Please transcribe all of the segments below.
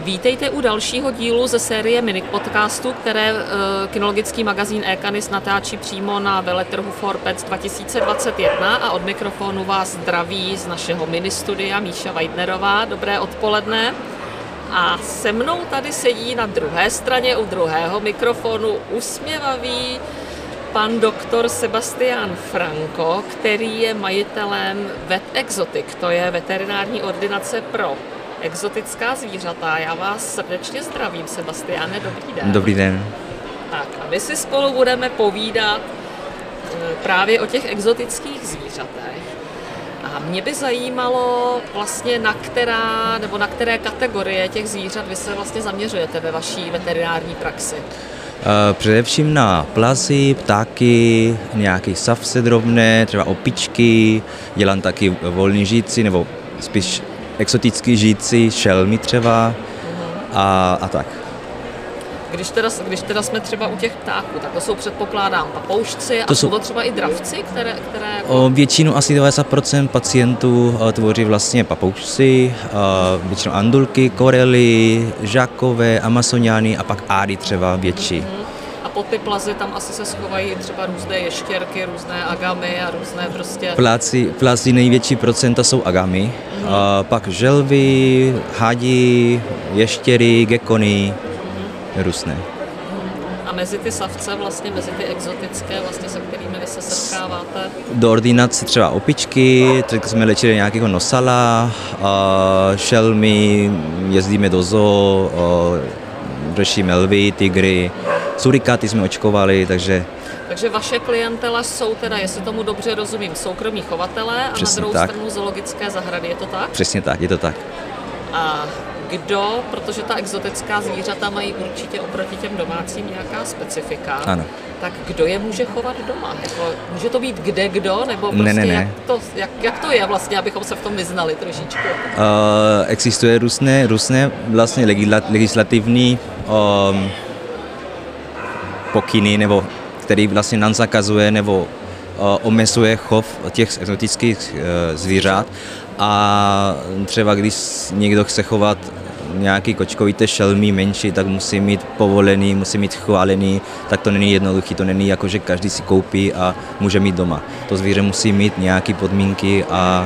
Vítejte u dalšího dílu ze série mini podcastů, které kynologický magazín eCanis natáčí přímo na veletrhu ForPets 2021 a od mikrofonu vás zdraví z našeho ministudia Míša Weidnerová. Dobré odpoledne. A se mnou tady sedí na druhé straně u druhého mikrofonu usměvavý pan doktor Sebastian Franko, který je majitelem Vet Exotic, to je veterinární ordinace pro exotická zvířata. Já vás srdečně zdravím, Sebastiane, dobrý den. Dobrý den. Tak a my si spolu budeme povídat právě o těch exotických zvířatech. A mě by zajímalo vlastně na které kategorie těch zvířat vy se vlastně zaměřujete ve vaší veterinární praxi. Především na plazy, ptáky, nějaké savce drobné, třeba opičky, dělám taky volný žijící nebo spíš exotický žijící, šelmy třeba a tak. Když teda jsme třeba u těch ptáků, tak to jsou předpokládám papoušci a jsou to třeba i dravci, které jako... Většinu, asi 90% pacientů tvoří vlastně papoušci, většinou andulky, korely, žákové, amazoniány a pak ády třeba větší. A pod ty plazy tam asi se schovají třeba různé ještěrky, různé agamy a různé prostě... Plazy největší procenta jsou agamy, pak želvy, hadi, ještěry, gekony, různé. A mezi ty savce, vlastně mezi ty exotické, vlastně se kterými vy se setkáváte? Do ordinace třeba opičky, tak jsme léčili nějakého nosala, šelmy, jezdíme do zoo, řešíme lvy, tygry, surikáty jsme očkovali, takže... Takže vaše klientela jsou teda, jestli tomu dobře rozumím, soukromí chovatelé a přesně na druhou tak. stranu zoologické zahrady, je to tak? Přesně tak, je to tak. A kdo, protože ta exotická zvířata mají určitě oproti těm domácím nějaká specifika, ano. Tak kdo je může chovat doma? Jako, může to být kdo, nebo prostě ne. Jak to je vlastně, abychom se v tom vyznali trošičku? Existuje různé vlastně legislativní pokyny, nebo který vlastně nám zakazuje nebo omezuje chov těch exotických zvířat. A třeba když někdo chce chovat nějaký kočkovité šelmy menší, tak musí mít povolený, musí mít chválený, tak to není jednoduchý, to není jako, že každý si koupí a může mít doma. To zvíře musí mít nějaké podmínky a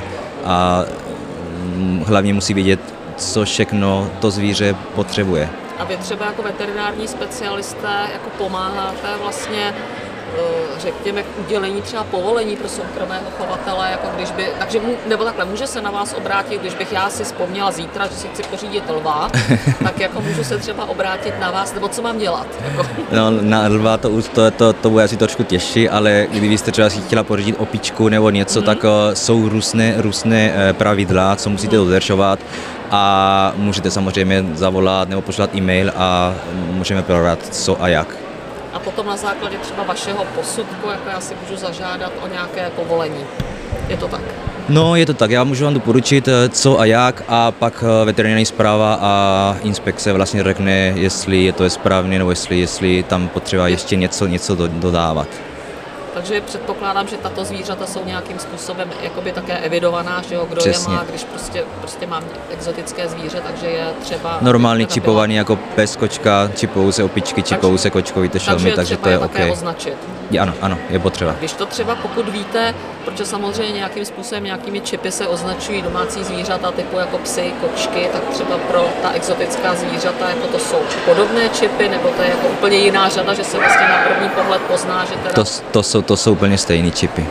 hlavně musí vědět, co všechno to zvíře potřebuje. A vy třeba jako veterinární specialisté jako pomáháte vlastně řekněme k udělení třeba povolení pro soukromého chovatele, jako když by, takže nebo takhle, může se na vás obrátit, když bych já si vzpomněla zítra, že si chci pořídit lva, tak jako můžu se třeba obrátit na vás, nebo co mám dělat? Jako? No, na lva to bude asi trošku těžší, ale kdybyste třeba si chtěla pořídit opičku nebo něco, tak jsou různé pravidla, co musíte dodržovat a můžete samozřejmě zavolat nebo poslat e-mail a můžeme probrat co a jak. A potom na základě třeba vašeho posudku, jako já si můžu zažádat o nějaké povolení. Je to tak? No, je to tak. Já můžu vám doporučit co a jak a pak veterinární správa a inspekce vlastně řekne, jestli to je správně nebo jestli tam potřeba ještě něco dodávat. Takže předpokládám, že tato zvířata jsou nějakým způsobem jakoby také evidovaná, že jo, kdo přesně. je má, když prostě mám exotické zvíře, takže je třeba... Normální čipovaný jako pes, kočka, čipou se opičky, čipou se kočkovité šelmy, takže to je OK. Takže označit. Ano, je potřeba. Když to třeba, pokud víte, protože samozřejmě nějakým způsobem, nějakými čipy se označují domácí zvířata typu jako psy, kočky, tak třeba pro ta exotická zvířata, jako to jsou podobné čipy, nebo to je jako úplně jiná řada, že se vlastně na první pohled pozná, že teda... To jsou úplně stejné čipy.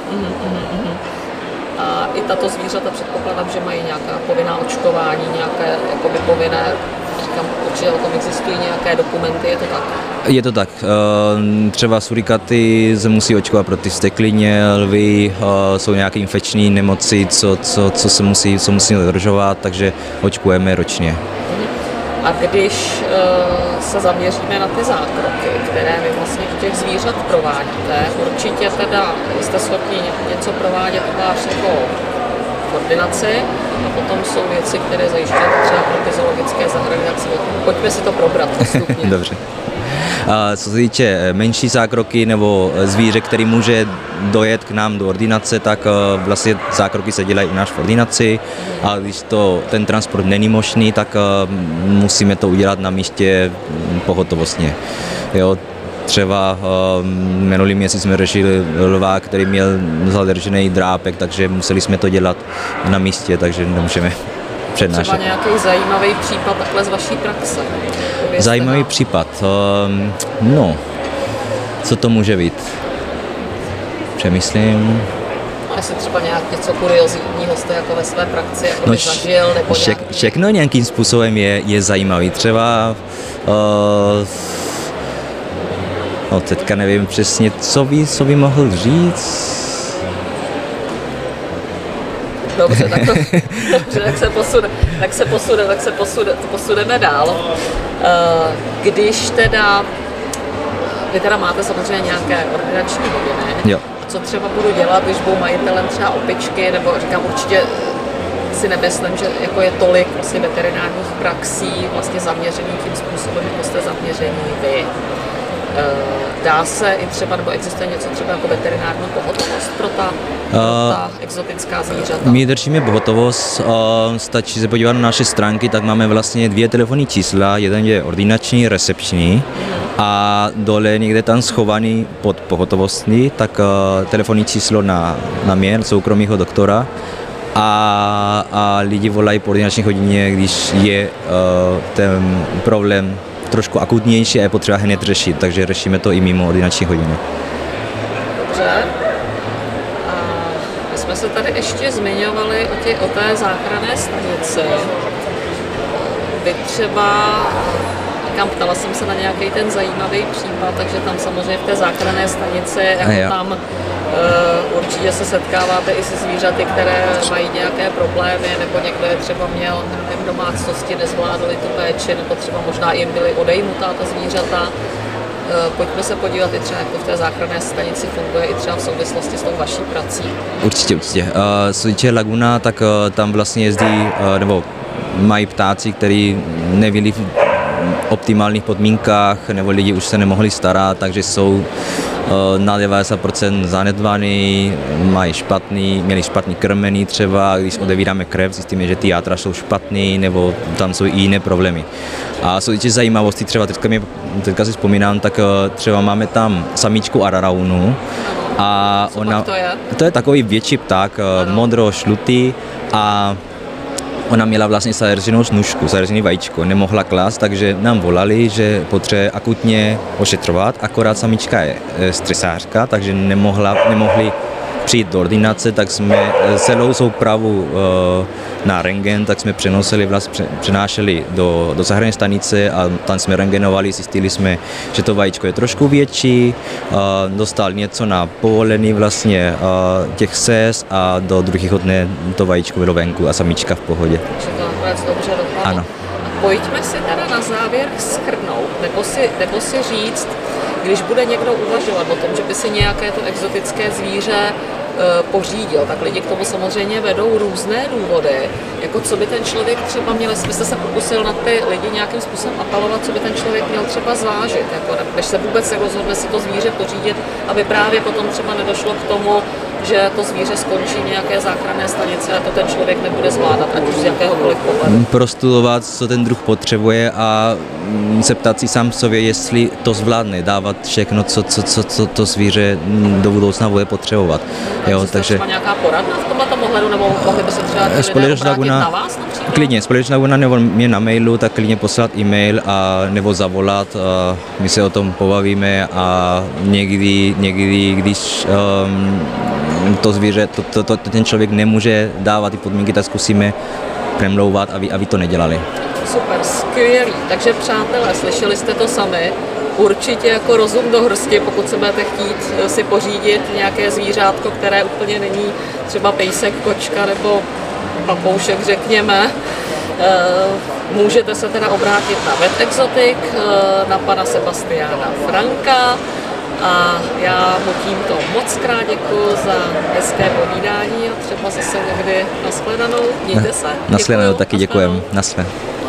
A i tato zvířata předpokládám, že mají nějaká povinná očkování, nějaké jakoby povinné, říkám, určitě o tom existují nějaké dokumenty, je to tak? Je to tak. Třeba surikáty se musí očkovat proti steklině, lvy, jsou nějaké infekční nemoci, co se musí dodržovat, takže očkujeme ročně. A když se zaměříme na ty zákroky, které vy vlastně u těch zvířat provádíte, určitě teda jste schopni něco provádět u vás jako v ordinaci a potom jsou věci, které zajišťujete třeba pro ty zoologické zahrady. Pojďme si to probrat postupně. Dobře. A co se týče menší zákroky nebo zvíře, který může dojet k nám do ordinace, tak vlastně zákroky se dělají u nás v ordinaci a když ten transport není možný, tak musíme to udělat na místě pohotovostně. Jo, třeba minulý měsíc jsme řešili lva, který měl zadržený drápek, takže museli jsme to dělat na místě, takže nemůžeme přednášet. Třeba nějaký zajímavý případ takhle z vaší praxe? Zajímavý případ? No, co to může být? Přemýšlím. Jestli třeba něco kuriozního jste jako ve své praxi jako zažil, nebo všechno nějakým způsobem je zajímavý. Třeba no teďka nevím přesně, co by mohl říct. Dobře, tak se posuneme dál. Když teda, vy teda máte samozřejmě nějaké ordinační hodiny. Jo. A co třeba budu dělat, když budu majitelem třeba opičky, nebo říkám určitě si nemyslím, že jako je tolik vlastně veterinárních praxí vlastně zaměřený tím způsobem, jako jste zaměření vy. Dá se i třeba, nebo existuje něco třeba jako veterinární pohotovost pro ta exotická zvířata? My držíme pohotovost, stačí se podívat na naše stránky, tak máme vlastně 2 telefonní čísla, jeden je ordinační, recepční a dole někde tam schovaný pod pohotovostní, tak telefonní číslo na mě, soukromého doktora a lidi volají po ordinační hodině, když je ten problém trošku akutnější a je potřeba hned řešit, takže řešíme to i mimo ordinační hodiny. Dobře. A my jsme se tady ještě zmiňovali o té záchranné stanici. Vy třeba, ptala jsem se na nějaký ten zajímavý případ, takže tam samozřejmě v té záchranné stanici, jako tam určitě se setkáváte i se zvířaty, které mají nějaké problémy, nebo někdo je třeba měl v domácnosti, nezvládli tu péči, nebo třeba možná jim byly odejmutá ta zvířata. Pojďme se podívat i třeba, jak to v té záchranné stanici funguje i třeba v souvislosti s tou vaší prací. Určitě. Co se týče Laguna, tak tam vlastně jezdí, nebo mají ptáci, kteří nebyli v optimálních podmínkách, nebo lidi už se nemohli starat, takže jsou na 90% zanedbaný, měli špatný krmení třeba, když odevíráme krev, zjistíme, že ty játra jsou špatný, nebo tam jsou i jiné problémy. A co týče zajímavosti, třeba teďka si vzpomínám, tak třeba máme tam samičku Araraunu. A to je takový větší pták, modro-žlutý a ona měla vlastně zařeženou snužku, zařežený vajíčko, nemohla klást, takže nám volali, že potřebuje akutně ošetřovat, akorát samička je stresářka, takže nemohli přijít do ordinace, tak jsme celou soupravu na rentgen, tak jsme přenášeli do záchranné stanice a tam jsme rentgenovali, zjistili jsme, že to vajíčko je trošku větší, dostal něco na povolení vlastně těch ses a do druhého dne to vajíčko bylo venku a samička v pohodě. Takže to nakonec dobře dopadlo. Ano. Pojďme si teda na závěr shrnout, nebo si říct, když bude někdo uvažovat o tom, že by si nějaké to exotické zvíře pořídil, tak lidi k tomu samozřejmě vedou různé důvody, jako co by ten člověk třeba měl, jestli byste se pokusil na ty lidi nějakým způsobem apelovat, co by ten člověk měl třeba zvážit, jako než se vůbec rozhodne si to zvíře pořídit, aby právě potom třeba nedošlo k tomu, že to zvíře skončí v nějaké záchranné stanici a to ten člověk nebude zvládat, ať už z jakéhokoliv pohledu. Prostudovat, co ten druh potřebuje a zeptat si sám sobě, jestli to zvládne, dávat všechno, co to zvíře do budoucna bude potřebovat. Jo, takže třeba nějaká poradna v tomto ohledu, nebo mohli by se třeba lidé obrátit na vás například? Klidně, společnost Laguna nebo mě na mailu, tak klidně poslat e-mail a nebo zavolat, my se o tom pobavíme a někdy když to zvíře, ten člověk nemůže dávat ty podmínky, tak zkusíme premlouvat, aby to nedělali. Super, skvělý. Takže přátelé, slyšeli jste to sami. Určitě jako rozum do hrsti, pokud se budete chtít si pořídit nějaké zvířátko, které úplně není třeba pejsek, kočka nebo papoušek, řekněme. Můžete se teda obrátit na Vet Exotic, na pana Sebastiana Franka. A já mu tímto moc krát děkuji za hezké povídání a třeba zase někdy nashledanou. Mějte se. Nashledanou taky děkujeme. Naschle.